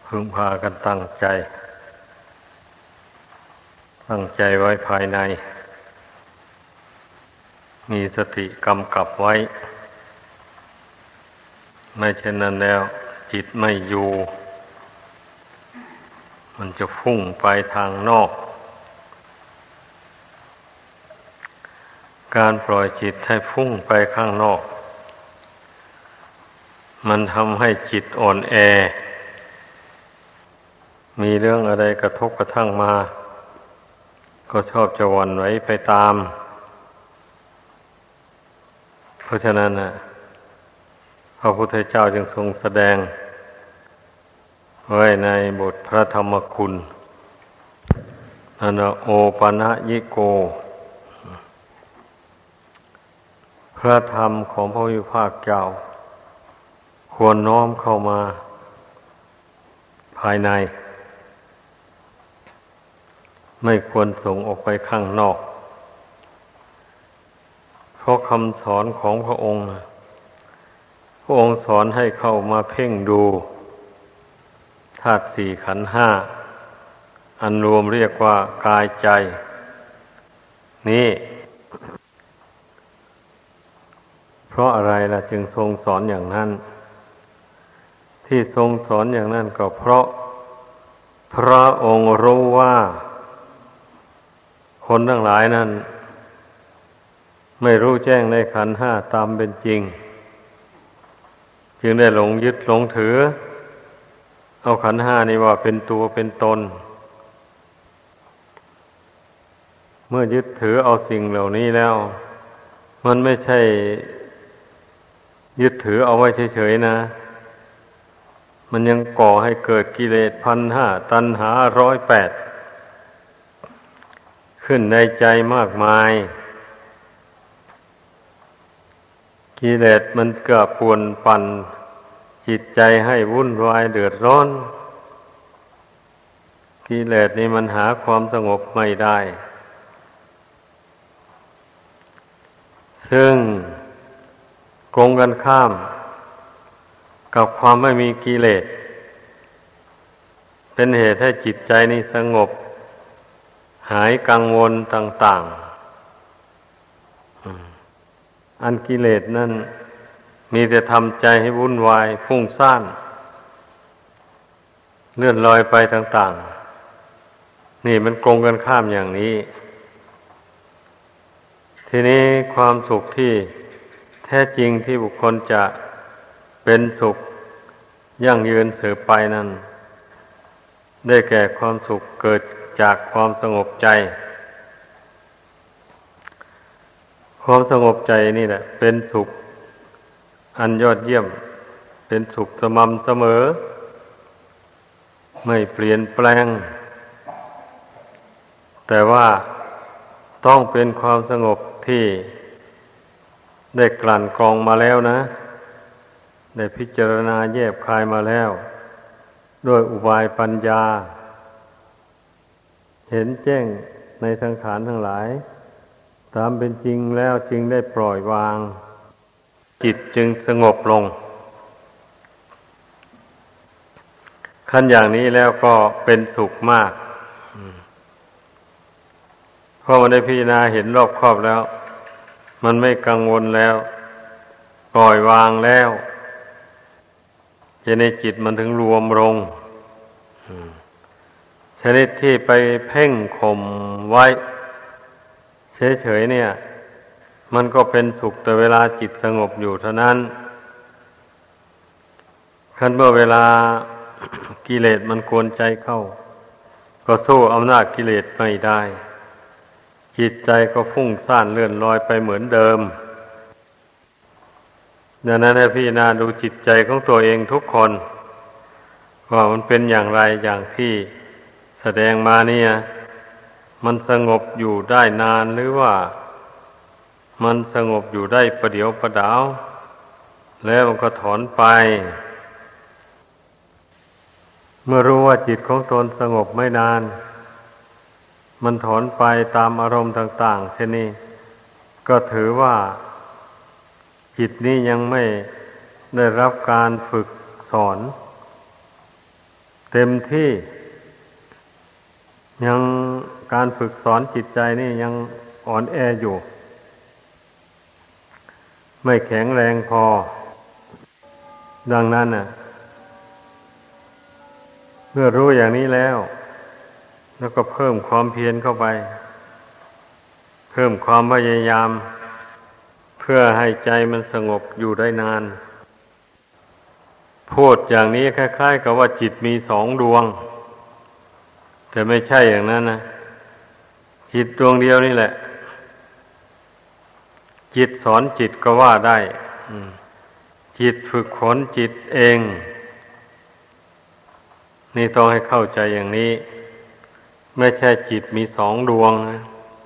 พึงพากันตั้งใจ ไว้ภายใน มีสติกำกับไว้ ไม่เช่นนั้นแล้วจิตไม่อยู่ มันจะฟุ้งไปทางนอก การปล่อยจิตให้ฟุ้งไปข้างนอก มันทำให้จิตอ่อนแอ มีเรื่องอะไรกระทบกระทั่งมา ก็ชอบจะหวั่นไหวไปตาม เพราะฉะนั้นพระพุทธเจ้าจึงทรงแสดงไว้ในบทพระธรรมคุณโอปนยิโก พระธรรมของพระวิภาคเจ้าควรน้อมเข้ามาภายใน ไม่ควรส่งออกไปข้างนอก เพราะคำสอนของพระองค์สอนให้เข้ามาเพ่งดูธาตุสี่ขันธ์ห้าอันรวมเรียกว่ากายใจนี่เพราะอะไรล่ะจึงทรงสอนอย่างนั้นที่ทรงสอนอย่างนั้นก็เพราะพระองค์รู้ว่าคนทั้งหลายนั้นไม่รู้แจ้งในขันธ์ห้าตามเป็นจริงจึงได้หลงยึดหลงถือเอาขันธ์ห้านี้ว่าเป็นตัวเป็นตนเมื่อยึดถือเอาสิ่งเหล่านี้แล้วมันไม่ใช่ยึดถือเอาไว้เฉยๆนะมันยังก่อให้เกิดกิเลส1,500ตัณหา108ขึ้นในใจมากมายกิเลสมันก็ป่วนปั่นจิตใจให้วุ่นวายเดือดร้อนกิเลสนี้มันหาความสงบไม่ได้ซึ่งตรงกันข้ามกับความไม่มีกิเลสเป็นเหตุให้จิตใจนี้สงบหายกังวลต่างๆอันกิเลสนั่นมีแต่ทำใจให้วุ่นวายฟุ้งซ่านเลื่อนลอยไปต่างๆนี่มันตรงกันข้ามอย่างนี้ทีนี้ความสุขที่แท้จริงที่บุคคลจะเป็นสุขยั่งยืนสืบไปนั้นได้แก่ความสุขเกิดจากความสงบใจความสงบใจนี่แหละเป็นสุขอันยอดเยี่ยมเป็นสุขสม่ำเสมอไม่เปลี่ยนแปลงแต่ว่าต้องเป็นความสงบที่ได้กลั่นกรองมาแล้วนะได้พิจารณาแยบคายมาแล้วด้วยอุบายปัญญาเห็นแจ้งในสังขารทั้งหลายตามเป็นจริงแล้วจึงได้ปล่อยวางจิตจึงสงบลงขั้นอย่างนี้แล้วก็เป็นสุขมากเพราะมันได้พิจารณาเห็นรอบครอบแล้วมันไม่กังวลแล้วปล่อยวางแล้วจะในจิตมันถึงรวมลงชนิดที่ไปเพ่งข่มไว้เฉยๆเนี่ยมันก็เป็นสุขแต่เวลาจิตสงบอยู่เท่านั้นคันเมื่อเวลากิเลสมันกวนใจเข้าก็สู้อำนาจกิเลสไม่ได้จิตใจก็ฟุ้งซ่านเลื่อนลอยไปเหมือนเดิมดังนั้นให้พิจารณาดูจิตใจของตัวเองทุกคนว่ามันเป็นอย่างไรอย่างที่แสดงมาเนี่ยมันสงบอยู่ได้นานหรือว่ามันสงบอยู่ได้ประเดี๋ยวประดาวแล้วมันก็ถอนไปเมื่อรู้ว่าจิตของตนสงบไม่นานมันถอนไปตามอารมณ์ต่างๆเช่นนี้ก็ถือว่าจิตนี้ยังไม่ได้รับการฝึกสอน เเต็มที่ยังการฝึกสอนจิตใจนี่ยังอ่อนแออยู่ไม่แข็งแรงพอดังนั้นน่ะเมื่อรู้อย่างนี้แล้วก็เพิ่มความเพียรเข้าไปเพิ่มความพยายามเพื่อให้ใจมันสงบอยู่ได้นานพูดอย่างนี้คล้ายๆกับว่าจิตมีสองดวงแต่ไม่ใช่อย่างนั้นนะจิตดวงเดียวนี่แหละจิตสอนจิตก็ว่าได้จิตฝึกฝนจิตเองนี่ต้องให้เข้าใจอย่างนี้ไม่ใช่จิตมีสองดวงนะ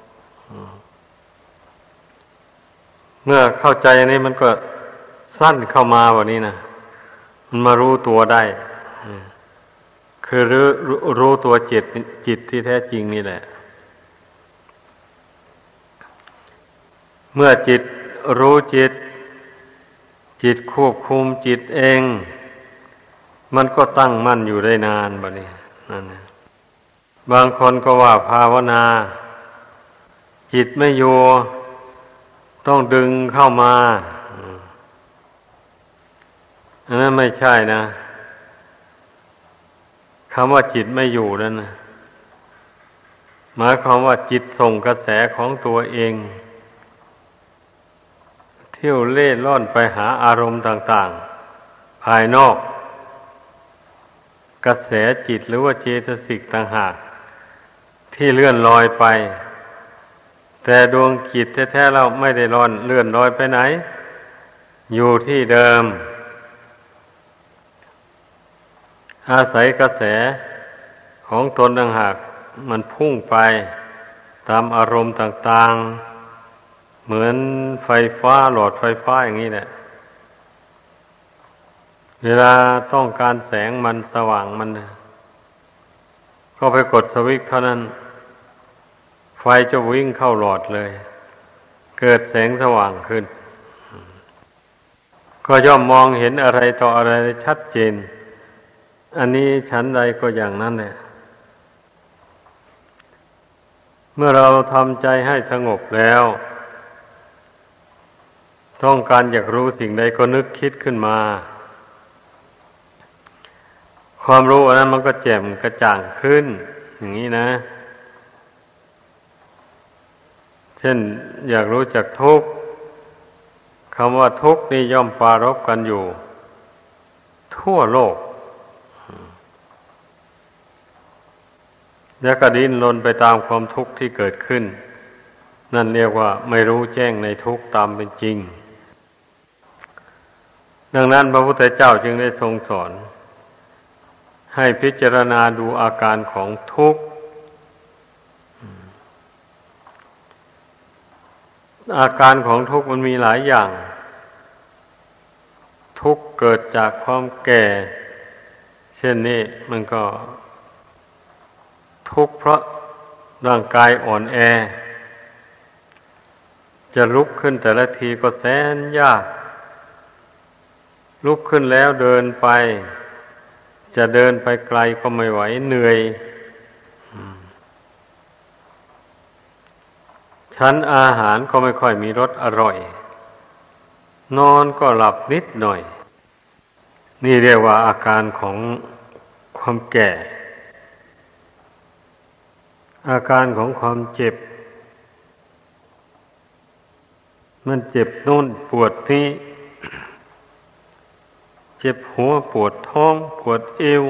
เมื่อเข้าใจอย่างนี้มันก็สั้นเข้ามาแบบนี้นะมันมารู้ตัวได้คือรู้ตัวจิตที่แท้จริงนี่แหละเมื่อจิตรู้จิตควบคุมจิตเองมันก็ตั้งมั่นอยู่ได้นานแบบนี้นั่นนะบางคนก็ว่าภาวนาจิตไม่อยู่ต้องดึงเข้ามาอันนั้นไม่ใช่นะคำว่าจิตไม่อยู่นั่นนะหมายความว่าจิตส่งกระแสของตัวเองเที่ยวเล่ร่อนไปหาอารมณ์ต่างๆภายนอกกระแสจิตหรือว่าเจตสิกต่างหากที่เลื่อนลอยไปแต่ดวงจิตแท้ๆเราไม่ได้เลื่อนลอยไปไหนอยู่ที่เดิมอาศัยกระแสของตนต่างหากมันพุ่งไปตามอารมณ์ต่างๆเหมือนไฟฟ้าหลอดไฟฟ้าอย่างนี้แหละเวลาต้องการแสงมันสว่างมันก็ไปกดสวิตช์เท่านั้นไฟจะวิ่งเข้าหลอดเลยเกิดแสงสว่างขึ้นก็ย่อมมองเห็นอะไรต่ออะไรชัดเจนอันนี้ชั้นใดก็อย่างนั้นแหละเมื่อเราทำใจให้สงบแล้วต้องการอยากรู้สิ่งใดก็นึกคิดขึ้นมาความรู้อันนั้นมันก็แจ่มกระจ่างขึ้นอย่างนี้นะเช่นอยากรู้จักทุกข์คำว่าทุกข์นี่ย่อมปรารภกันอยู่ทั่วโลกแล้วก็ดิ้นรนไปตามความทุกข์ที่เกิดขึ้นนั่นเรียกว่าไม่รู้แจ้งในทุกข์ตามเป็นจริงดังนั้นพระพุทธเจ้าจึงได้ทรงสอนให้พิจารณาดูอาการของทุกข์อาการของทุกข์มันมีหลายอย่างทุกข์เกิดจากความแก่เช่นนี้มันก็ทุกข์เพราะร่างกายอ่อนแอจะลุกขึ้นแต่ละทีก็แสนยากลุกขึ้นแล้วเดินไปจะเดินไปไกลก็ไม่ไหวเหนื่อยฉันอาหารก็ไม่ค่อยมีรสอร่อยนอนก็หลับนิดหน่อยนี่เรียกว่าอาการของความแก่อาการของความเจ็บมันเจ็บโน่นปวดนี้เจ็บหัวปวดท้องปวดเอว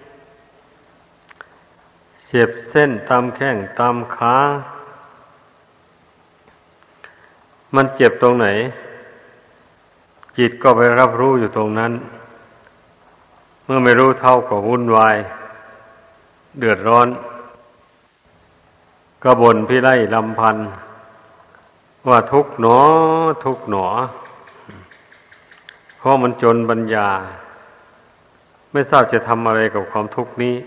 เจ็บเส้นตามแข้งตามขามันเจ็บตรงไหนจิตก็ไปรับรู้อยู่ตรงนั้นเมื่อไม่รู้เท่าก็วุ่นวายเดือดร้อนก็บ่นพิไรลำพันว่าทุกข์หนอทุกข์หนอเพราะมันจนปัญญาไม่ทราบจะทำอะไรกับความทุกข์นี้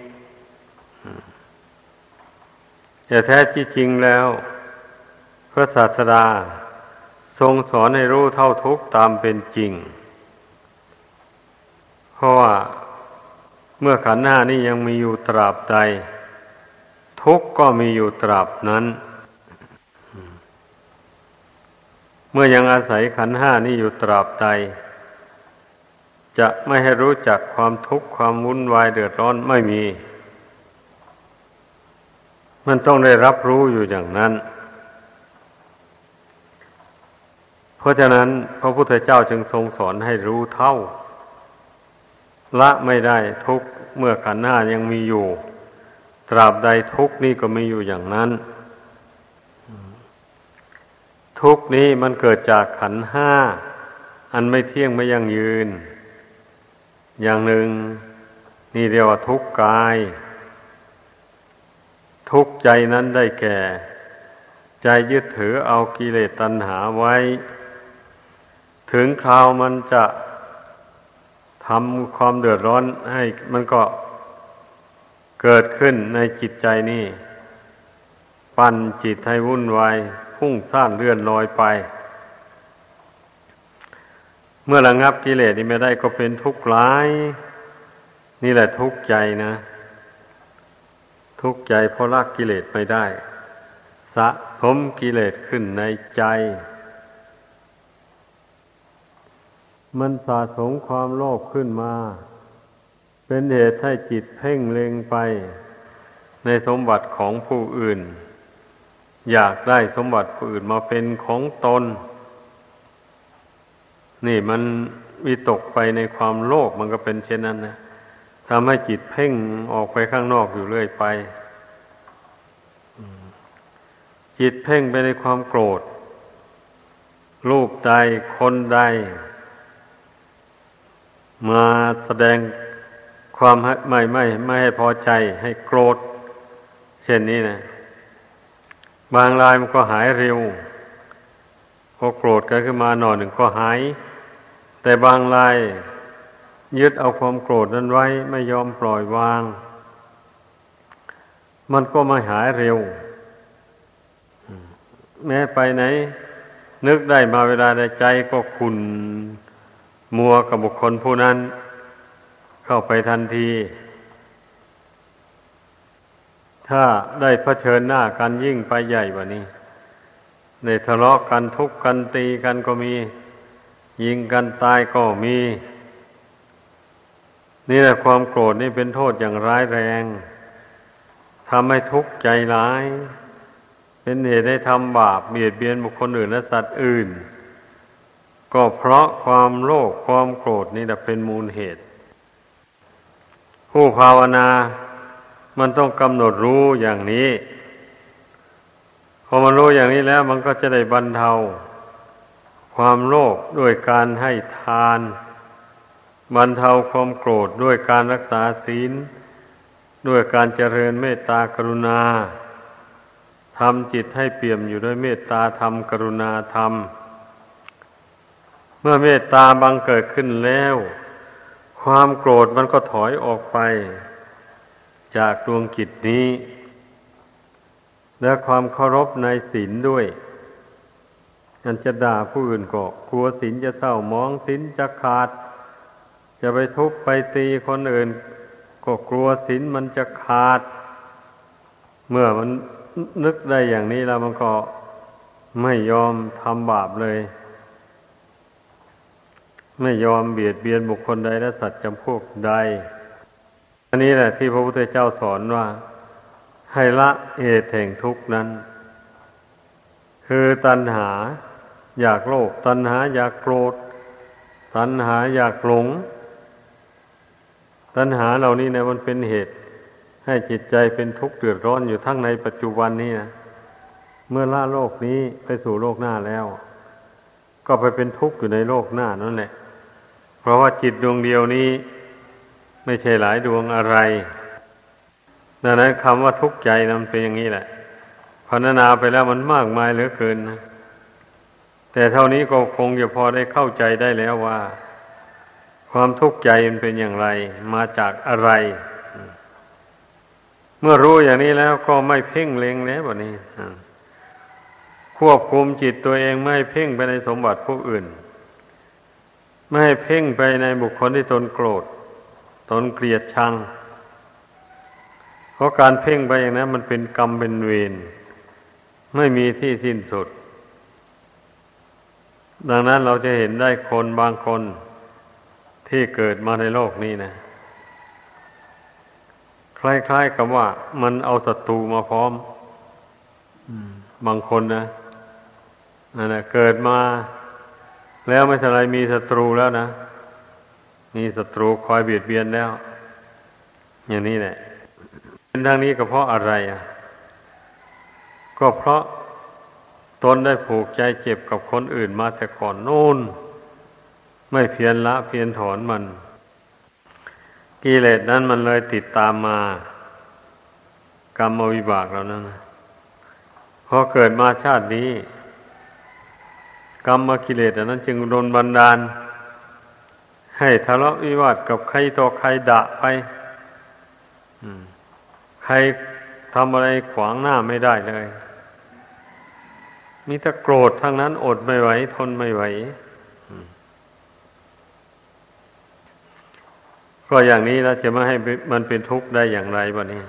แต่แท้ที่จริงแล้วพระศาสดาทรงสอนให้รู้เท่าทุกข์ตามเป็นจริงเพราะว่าเมื่อขันธ์ห้านี้ยังมีอยู่ตราบใดทุกข์ก็มีอยู่ตราบนั้นเมื่อยังอาศัยขันธ์ห้านี้อยู่ตราบใดจะไม่ให้รู้จักความทุกข์ความวุ่นวายเดือดร้อนไม่มีมันต้องได้รับรู้อยู่อย่างนั้นเพราะฉะนั้นพระพุทธเจ้าจึงทรงสอนให้รู้เท่าละไม่ได้ทุกข์เมื่อขันธ์ห้ายังมีอยู่ตราบใดทุกข์นี้ก็มีอยู่อย่างนั้นทุกข์นี้มันเกิดจากขันธ์ห้าอันไม่เที่ยงไม่ยั่งยืนอย่างหนึ่งนี่เรียกว่าทุกข์กายทุกข์ใจนั้นได้แก่ใจยึดถือเอากิเลสตัณหาไว้ถึงคราวมันจะทำความเดือดร้อนให้มันก็เกิดขึ้นในจิตใจนี่ปั่นจิตให้วุ่นวายพุ่งซ่านเลื่อนลอยไปเมื่อระงับกิเลสนี้ไม่ได้ก็เป็นทุกข์ร้ายนี่แหละทุกข์ใจนะทุกข์ใจเพราะละกิเลสไม่ได้สะสมกิเลสขึ้นในใจมันสะสมความโลภขึ้นมาเป็นเหตุให้จิตเพ่งเล็งไปในสมบัติของผู้อื่นอยากได้สมบัติผู้อื่นมาเป็นของตนนี่มันวิตกไปในความโลภมันก็เป็นเช่นนั้นนะทำให้จิตเพ่งออกไปข้างนอกอยู่เรื่อยไปจิตเพ่งไปในความโกรธรูปใดคนใดมาแสดงความไม่ให้พอใจให้โกรธเช่นนี้นะบางรายมันก็หายเร็วพอโกรธกันขึ้นมาหน่อยหนึ่งก็หายแต่บางรายยึดเอาความโกรธนั้นไว้ไม่ยอมปล่อยวางมันก็ไม่หายเร็วแม้ไปไหนนึกได้มาเวลาใดใจก็ขุ่นมัวกับบุคคลผู้นั้นเข้าไปทันทีถ้าได้เผชิญหน้ากันยิ่งไปใหญ่กว่านี้ในทะเลาะกันทุบกันตีกันก็มียิงกันตายก็มีนี่แหละความโกรธนี่เป็นโทษอย่างร้ายแรงทำให้ทุกข์ใจร้ายเป็นเหตุให้ทำบาปเบียดเบียนบุคคลอื่นและสัตว์อื่นก็เพราะความโลภความโกรธนี่แหละเป็นมูลเหตุผู้ภาวนามันต้องกำหนดรู้อย่างนี้พอมันรู้อย่างนี้แล้วมันก็จะได้บรรเทาความโลภด้วยการให้ทานบรรเทาความโกรธด้วยการรักษาศีลด้วยการเจริญเมตตากรุณาทำจิตให้เปี่ยมอยู่ด้วยเมตตาธรรมกรุณาธรรมเมื่อเมตตาบังเกิดขึ้นแล้วความโกรธมันก็ถอยออกไปจากดวงจิตนี้และความเคารพในศีลด้วยอันจะด่าผู้อื่นก็กลัวศีลจะเศร้าหมองศีลจะขาดจะไปทุบไปตีคนอื่นก็กลัวศีลมันจะขาดเมื่อมันนึกได้อย่างนี้แล้วมันก็ไม่ยอมทำบาปเลยไม่ยอมเบียดเบียนบุคคลใดและสัตว์จำพวกใดอันนี้แหละที่พระพุทธเจ้าสอนว่าให้ละเหตุแห่งทุกข์นั้นคือตัณหาอยากโลภตัณหาอยากโกรธตัณหาอยากหลงตัณหาเหล่านี้เนี่ยมันเป็นเหตุให้จิตใจเป็นทุกข์เดือดร้อนอยู่ทั้งในปัจจุบันนี้นะเมื่อละโลกนี้ไปสู่โลกหน้าแล้วก็ไปเป็นทุกข์อยู่ในโลกหน้านั่นแหละเพราะว่าจิตดวงเดียวนี้ไม่ใช่หลายดวงอะไรดังนั้นคำว่าทุกข์ใจมันเป็นอย่างนี้แหละพรรณนาไปแล้วมันมากมายเหลือเกินนะแต่เท่านี้ก็คงจะพอได้เข้าใจได้แล้วว่าความทุกข์ใจมันเป็นอย่างไรมาจากอะไรเมื่อรู้อย่างนี้แล้วก็ไม่เพ่งเล็งแล้วแบบนี้ควบคุมจิตตัวเองไม่ให้เพ่งไปในสมบัติผู้อื่นไม่ให้เพ่งไปในบุคคลที่ตนโกรธตตนเกลียดชังเพราะการเพ่งไปอย่างนั้นมันเป็นกรรมเป็นเวรไม่มีที่สิ้นสุดดังนั้นเราจะเห็นได้คนบางคนที่เกิดมาในโลกนี้นะคล้ายๆกับว่ามันเอาศัตรูมาพร้อมบางคนนะนั่นแหละเกิดมาแล้วไม่ทันไรมีศัตรูแล้วนะมีศัตรูคอยเบียดเบียนแล้วอย่างนี้แหละเป็นทางนี้ก็เพราะอะไรก็เพราะตนได้ผูกใจเจ็บกับคนอื่นมาแต่ก่อนโน้นไม่เพียรละเพียรถอนมันกิเลสนั้นมันเลยติดตามมากรรมวิบากเรานั้นนะพอเกิดมาชาตินี้กรรมกิเลสนั้นจึงโดนบันดาลให้ทะเลาะวิวาทกับใครต่อใครด่าไปใครทำอะไรขวางหน้าไม่ได้เลยมีแต่โกรธทั้งนั้นอดไม่ไหวทนไม่ไหวก็อย่างนี้แล้วจะไม่ให้มันเป็นทุกข์ได้อย่างไรบ้านี้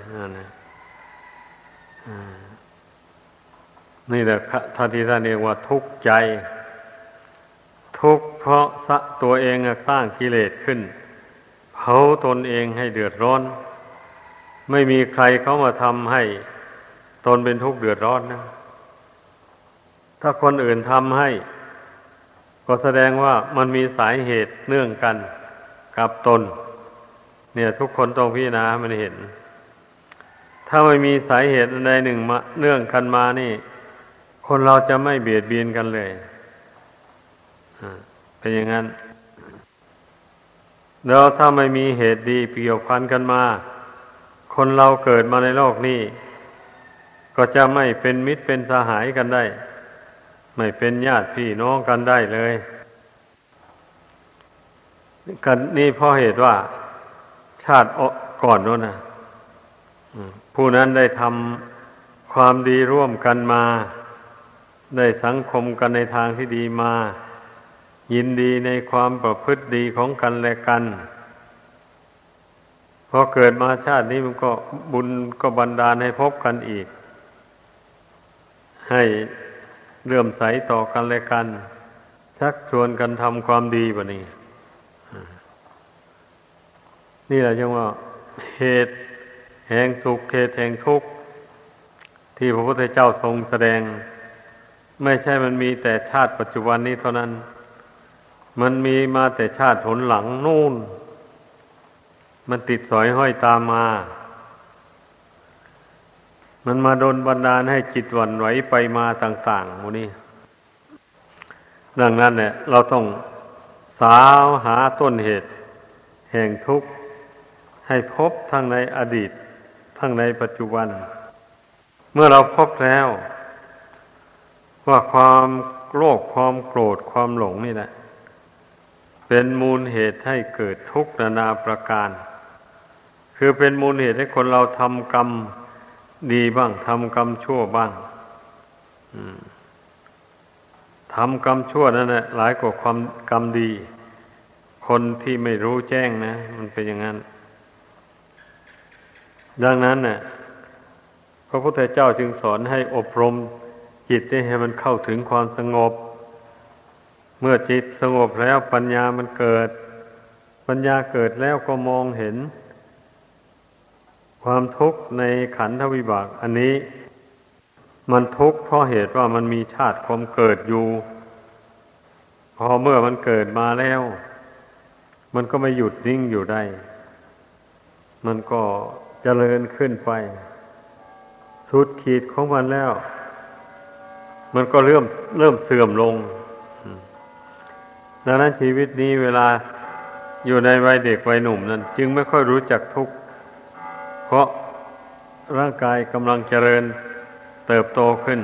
นี่แหละท่านที่ท่านเรียกว่าทุกข์ใจทุกข์เพราะตัวเองสร้างกิเลสขึ้นเผาตนเองให้เดือดร้อนไม่มีใครเขามาทำให้ตนเป็นทุกข์เดือดร้อนนะถ้าคนอื่นทำให้ก็แสดงว่ามันมีสาเหตุเนื่องกันกับตนเนี่ยทุกคนต้องพิจารณามันเห็นถ้าไม่มีสาเหตุใดหนึ่งมาเนื่องกันมานี่คนเราจะไม่เบียดเบียนกันเลยเป็นอย่างนั้นแล้วถ้าไม่มีเหตุดีเกี่ยวพันกันมาคนเราเกิดมาในโลกนี้ก็จะไม่เป็นมิตรเป็นสหายกันได้ไม่เป็นญาติพี่น้องกันได้เลยกันนี่เพราะเหตุว่าชาติก่อนโน้นนะผู้นั้นได้ทำความดีร่วมกันมาได้สังคมกันในทางที่ดีมายินดีในความประพฤติดีของกันและกันพอเกิดมาชาตินี้มันก็บุญก็บันดาลให้พบกันอีกให้เลื่อมใสต่อกันและกันชักชวนกันทำความดีแบบนี้นี่แหละจังว่าเหตุแห่งสุขเหตุแห่งทุกข์ที่พระพุทธเจ้าทรงแสดงไม่ใช่มันมีแต่ชาติปัจจุบันนี้เท่านั้นมันมีมาแต่ชาติหนหลังนู่นมันติดสอยห้อยตามมามันมาโดนบันดาลให้จิตหวั่นไหวไปมาต่างๆหมู่นี้ดังนั้นเนี่ยเราต้องสาวหาต้นเหตุแห่งทุกข์ให้พบทั้งในอดีตทั้งในปัจจุบันเมื่อเราพบแล้วว่าความโลภความโกรธความหลงนี่แหละเป็นมูลเหตุให้เกิดทุกข์นานาประการคือเป็นมูลเหตุให้คนเราทำกรรมดีบ้างทำกรรมชั่วบ้างทำกรรมชั่วนั่นแหละหลายกว่าความกรรมดีคนที่ไม่รู้แจ้งนะมันเป็นอย่างนั้นดังนั้นน่ะพระพุทธเจ้าจึงสอนให้อบรมจิตให้มันเข้าถึงความสงบเมื่อจิตสงบแล้วปัญญามันเกิดปัญญาเกิดแล้วก็มองเห็นความทุกข์ในขันธวิบากอันนี้มันทุกข์เพราะเหตุว่ามันมีชาติความเกิดอยู่พอเมื่อมันเกิดมาแล้วมันก็ไม่หยุดนิ่งอยู่ได้มันก็เจริญขึ้นไปสุดขีดของมันแล้วมันก็เริ่มเสื่อมลงดังนั้นชีวิตนี้เวลาอยู่ในวัยเด็กวัยหนุ่มนั้นจึงไม่ค่อยรู้จักทุกข์เพราะร่างกายกำลังเจริญเติบโตขึ้น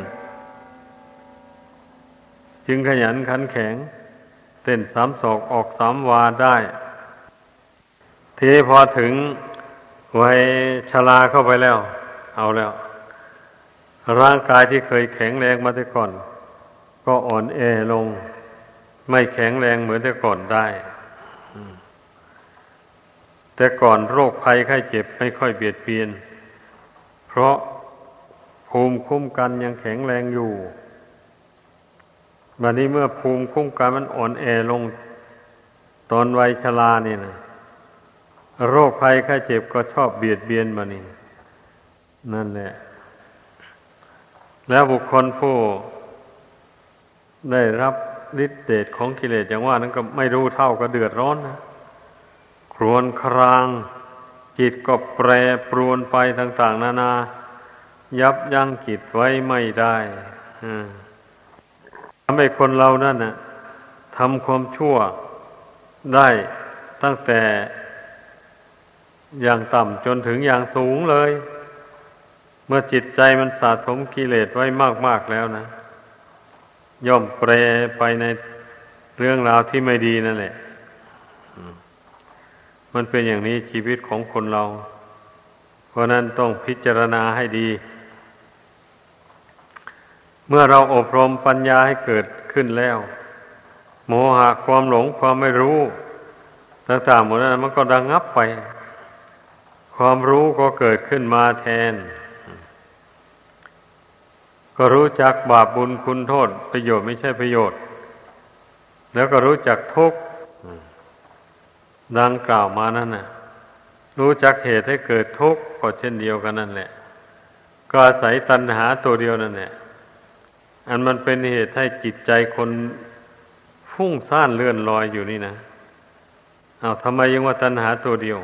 จึงขยันขันแข็งเต้น3 ศอกออก3 วาได้ทีนี้พอถึงวัยชราเข้าไปแล้วเอาแล้วร่างกายที่เคยแข็งแรงมาแต่ก่อนก็อ่อนแอลงไม่แข็งแรงเหมือนแต่ก่อนได้แต่ก่อนโรคภัยไข้เจ็บไม่ค่อยเบียดเบียนเพราะภูมิคุ้มกันยังแข็งแรงอยู่บัดนี้เมื่อภูมิคุ้มกันมันอ่อนแอลงตอนวัยชรานี่นะโรคภัยไข้เจ็บก็ชอบเบียดเบียนบัดนี้นั่นแหละแล้วบุคคลผู้ได้รับฤทธิ์เดชของกิเลสอย่างว่านั้นก็ไม่รู้เท่าก็เดือดร้อนนะครวญครางจิตก็แปรปรวนไปต่างๆนานายับยั้งจิตไว้ไม่ได้ทำให้คนเรานั่นน่ะทำความชั่วได้ตั้งแต่อย่างต่ำจนถึงอย่างสูงเลยเมื่อจิตใจมันสะสมกิเลสไว้มากๆแล้วนะย่อมแปรไปในเรื่องราวที่ไม่ดีนั่นแหละมันเป็นอย่างนี้ชีวิตของคนเราเพราะนั้นต้องพิจารณาให้ดีเมื่อเราอบรมปัญญาให้เกิดขึ้นแล้วโมหะความหลงความไม่รู้ต่างๆหมดนั้นมันก็ระงับไปความรู้ก็เกิดขึ้นมาแทนก็รู้จักบาปบุญคุณโทษประโยชน์ไม่ใช่ประโยชน์แล้วก็รู้จักทุกข์ดังกล่าวมานั่นน่ะรู้จักเหตุให้เกิดทุกข์ก็เช่นเดียวกันนั่นแหละก็อาศัยตัณหาตัวเดียวนั่นแหละอันมันเป็นเหตุให้จิตใจคนฟุ้งซ่านเลื่อนลอยอยู่นี่นะทำไมยังว่าตัณหาตัวเดียว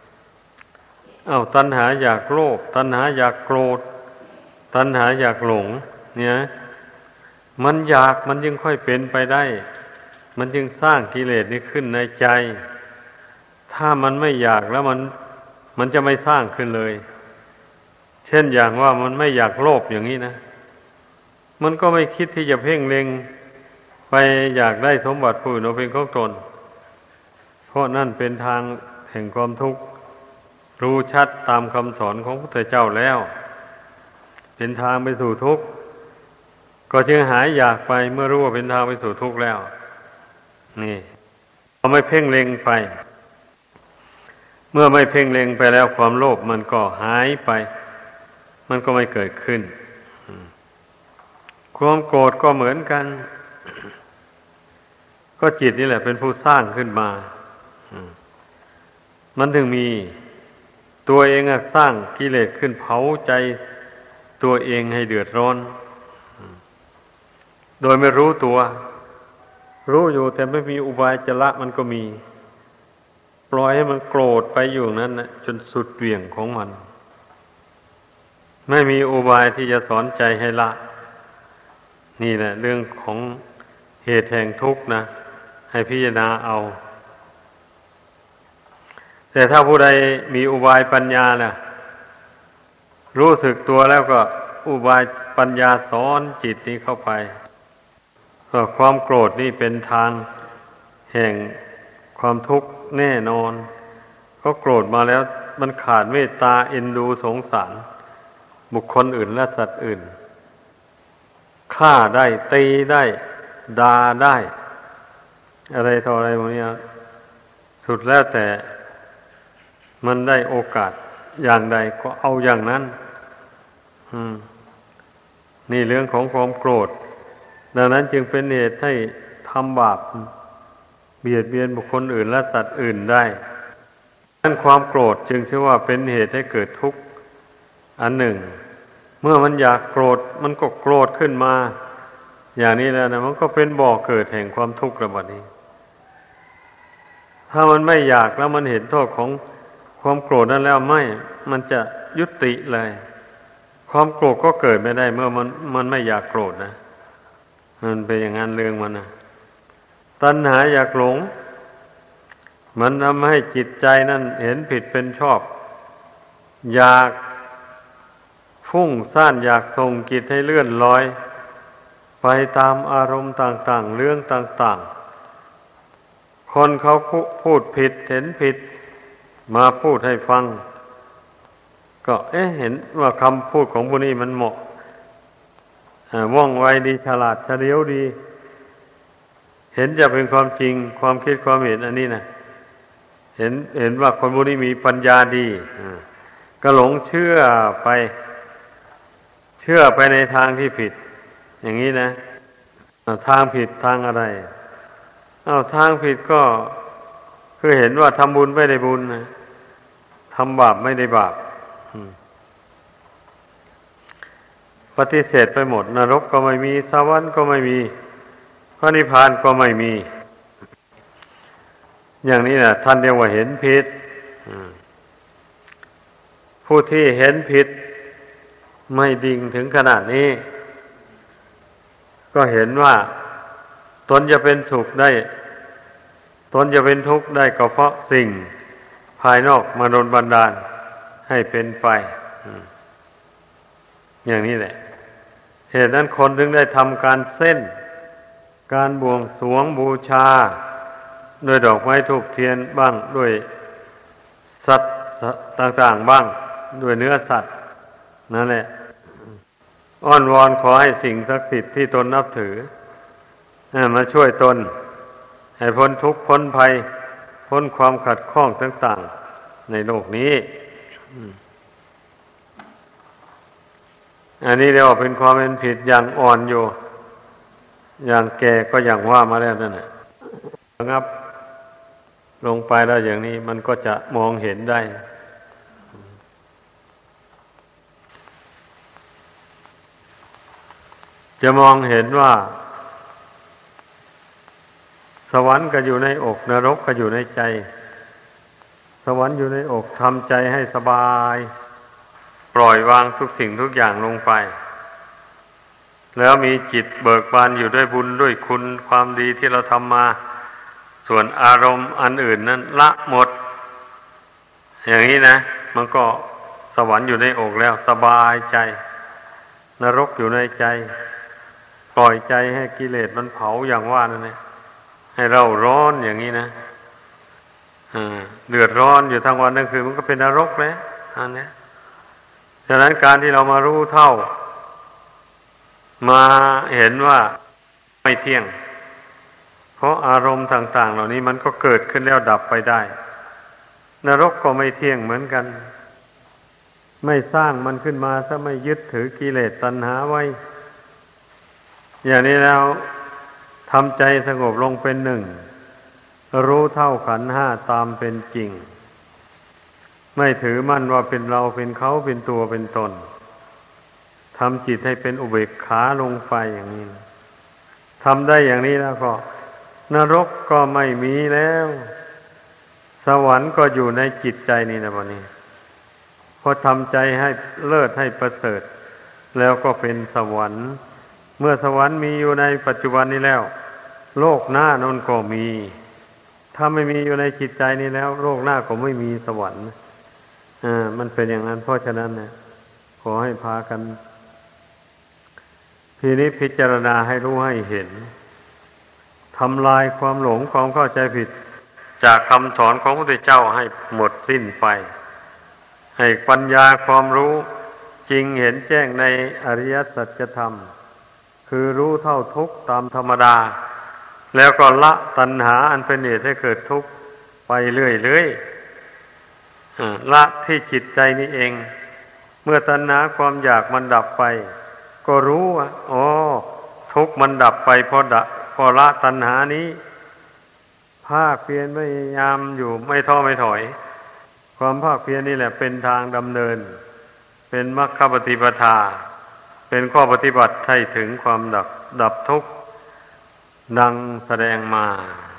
ตัณหาอยากโลภตัณหาอยากโกรธตัณหาอยากหลงเนี่ยมันอยากมันจึงค่อยเป็นไปได้มันจึงสร้างกิเลสนี้ขึ้นในใจถ้ามันไม่อยากแล้วมันจะไม่สร้างขึ้นเลยเช่นอย่างว่ามันไม่อยากโลภอย่างนี้นะมันก็ไม่คิดที่จะเพ่งเล็งไปอยากได้สมบัติผู้อื่นเอาเป็นของตนเพราะนั่นเป็นทางแห่งความทุกข์รู้ชัดตามคำสอนของพระพุทธเจ้าแล้วเป็นทางไปสู่ทุกข์ก็จึงหายอยากไปเมื่อรู้ว่าเป็นทางไปสู่ทุกข์แล้วนี่เราไม่เพ่งเล็งไปเมื่อไม่เพ่งเล็งไปแล้วความโลภมันก็หายไปมันก็ไม่เกิดขึ้นความโกรธก็เหมือนกันก็จิตนี่แหละเป็นผู้สร้างขึ้นมามันถึงมีตัวเองสร้างกิเลสขึ้นเผาใจตัวเองให้เดือดร้อนโดยไม่รู้ตัวรู้อยู่แต่ไม่มีอุบายจะละมันก็มีปล่อยให้มันโกรธไปอยู่นั้นนะจนสุดเหวี่ยงของมันไม่มีอุบายที่จะสอนใจให้ละนี่แหละเรื่องของเหตุแห่งทุกข์นะให้พิจารณาเอาแต่ถ้าผู้ใดมีอุบายปัญญาน่ะรู้สึกตัวแล้วก็อุบายปัญญาสอนจิตนี้เข้าไปความโกรธนี่เป็นทางแห่งความทุกข์แน่นอนก็โกรธมาแล้วมันขาดเมตตาเอ็นดูสงสารบุคคลอื่นและสัตว์อื่นฆ่าได้ตีได้ด่าได้อะไรต่ออะไรพวกนี้สุดแล้วแต่มันได้โอกาสอย่างใดก็เอาอย่างนั้นนี่เรื่องของความโกรธดังนั้นจึงเป็นเหตุให้ทำบาปเบียดเบียนบุคคลอื่นและสัตว์อื่นได้ดังนั้นความโกรธจึงชื่อว่าเป็นเหตุให้เกิดทุกข์อันหนึ่งเมื่อมันอยากโกรธมันก็โกรธขึ้นมาอย่างนี้แล้วนะมันก็เป็นบ่อเกิดแห่งความทุกข์ระบาดนี้ถ้ามันไม่อยากแล้วมันเห็นโทษของความโกรธนั้นแล้วมันจะยุติเลยความโกรธก็เกิดไม่ได้เมื่อมันไม่อยากโกรธนะมันเป็นอย่างนั้นเรื่องมันนะตัณหาอยากหลงมันทำให้จิตใจนั้นเห็นผิดเป็นชอบอยากฟุ้งซ่านอยากส่งจิตให้เลื่อนลอยไปตามอารมณ์ต่างๆเรื่องต่างๆคนเขาพูดผิดเห็นผิดมาพูดให้ฟังก็เห็นว่าคำพูดของผู้นี้มันเหมาะว่องไวดีฉลาดเฉลียวดีเห็นจะเป็นความจริงความคิดความเห็นอันนี้นะเห็นว่าคนผู้นี้มีปัญญาดีก็หลงเชื่อไปในทางที่ผิดอย่างนี้นะทางผิดทางอะไรทางผิดก็คือเห็นว่าทำบุญไม่ได้บุญนะทำบาปไม่ได้บาปปฏิเสธไปหมดนรกก็ไม่มีสวรรค์ก็ไม่มีพระนิพพานก็ไม่มีอย่างนี้นะท่านเรียกว่าเห็นผิดผู้ที่เห็นผิดไม่ดิ่งถึงขนาดนี้ก็เห็นว่าตนจะเป็นสุขได้ตนจะเป็นทุกข์ได้ก็เพราะสิ่งภายนอกมาโดนบันดาลให้เป็นไปอย่างนี้แหละเหตุนั้นคนถึงได้ทำการเส้นการบวงสรวงบูชาด้วยดอกไม้ธูปเทียนบ้างด้วยสัตว์ต่างๆบ้างด้วยเนื้อสัตว์นั่นแหละอ้อนวอนขอให้สิ่งศักดิ์สิทธิ์ที่ตนนับถือมาช่วยตนให้พ้นทุกข์พ้นภัยพ้นความขัดข้องต่างๆในโลกนี้อันนี้เรียกว่าเป็นความเป็นผิดอย่างอ่อนอยู่อย่างแก่ก็อย่างว่ามาแล้วนั่นแหละครับลงไปแล้วอย่างนี้มันก็จะมองเห็นได้จะมองเห็นว่าสวรรค์ก็อยู่ในอกนรกก็อยู่ในใจสวรรค์อยู่ในอกทำใจให้สบายปล่อยวางทุกสิ่งทุกอย่างลงไปแล้วมีจิตเบิกบานอยู่ด้วยบุญด้วยคุณความดีที่เราทำมาส่วนอารมณ์อันอื่นนั้นละหมดอย่างนี้นะมันก็สวรรค์อยู่ในอกแล้วสบายใจนรกอยู่ในใจปล่อยใจให้กิเลสมันเผาอย่างว่านั่นแหละให้เราร้อนอย่างนี้นะเดือดร้อนอยู่ทั้งวันทั้งคืนมันก็เป็นนรกแล้วอันนี้ฉะนั้นการที่เรามารู้เท่ามาเห็นว่าไม่เที่ยงเพราะอารมณ์ต่างๆเหล่านี้มันก็เกิดขึ้นแล้วดับไปได้นรกก็ไม่เที่ยงเหมือนกันไม่สร้างมันขึ้นมาซะไม่ยึดถือกิเลสตัณหาไว้อย่างนี้แล้วทำใจสงบลงเป็นหนึ่งรู้เท่าขันธ์ห้าตามเป็นจริงไม่ถือมั่นว่าเป็นเราเป็นเขาเป็นตัวเป็นตนทำจิตให้เป็นอุเบกขาลงไปอย่างนี้ทำได้อย่างนี้แล้วก็นรกก็ไม่มีแล้วสวรรค์ก็อยู่ในจิตใจนี่นะวันนี้พอทำใจให้เลิศให้ประเสริฐแล้วก็เป็นสวรรค์เมื่อสวรรค์มีอยู่ในปัจจุบันนี้แล้วโลกหน้านั้นก็มีถ้าไม่มีอยู่ในจิตใจนี้แล้วโลกหน้าก็ไม่มีสวรรค์มันเป็นอย่างนั้นเพราะฉะนั้นนะขอให้พากันทีนี้พิจารณาให้รู้ให้เห็นทำลายความหลงความเข้าใจผิดจากคำสอนของพระพุทธเจ้าให้หมดสิ้นไปให้ปัญญาความรู้จริงเห็นแจ้งในอริยสัจธรรมคือรู้เท่าทุกข์ตามธรรมดาแล้วก็ละตัณหาอันเป็นเหตุให้เกิดทุกข์ไปเรื่อยๆละที่จิตใจนี้เองเมื่อตัณหาความอยากมันดับไปก็รู้ว่าอ๋อทุกข์มันดับไปเพราะละตัณหานี้ภาคเพียรพยายามอยู่ไม่ท้อไม่ถอยความภาคเพียรนี่แหละเป็นทางดำเนินเป็นมรรคปฏิปทาเป็นข้อปฏิบัติให้ถึงความดับทุกข์ดังแสดงมา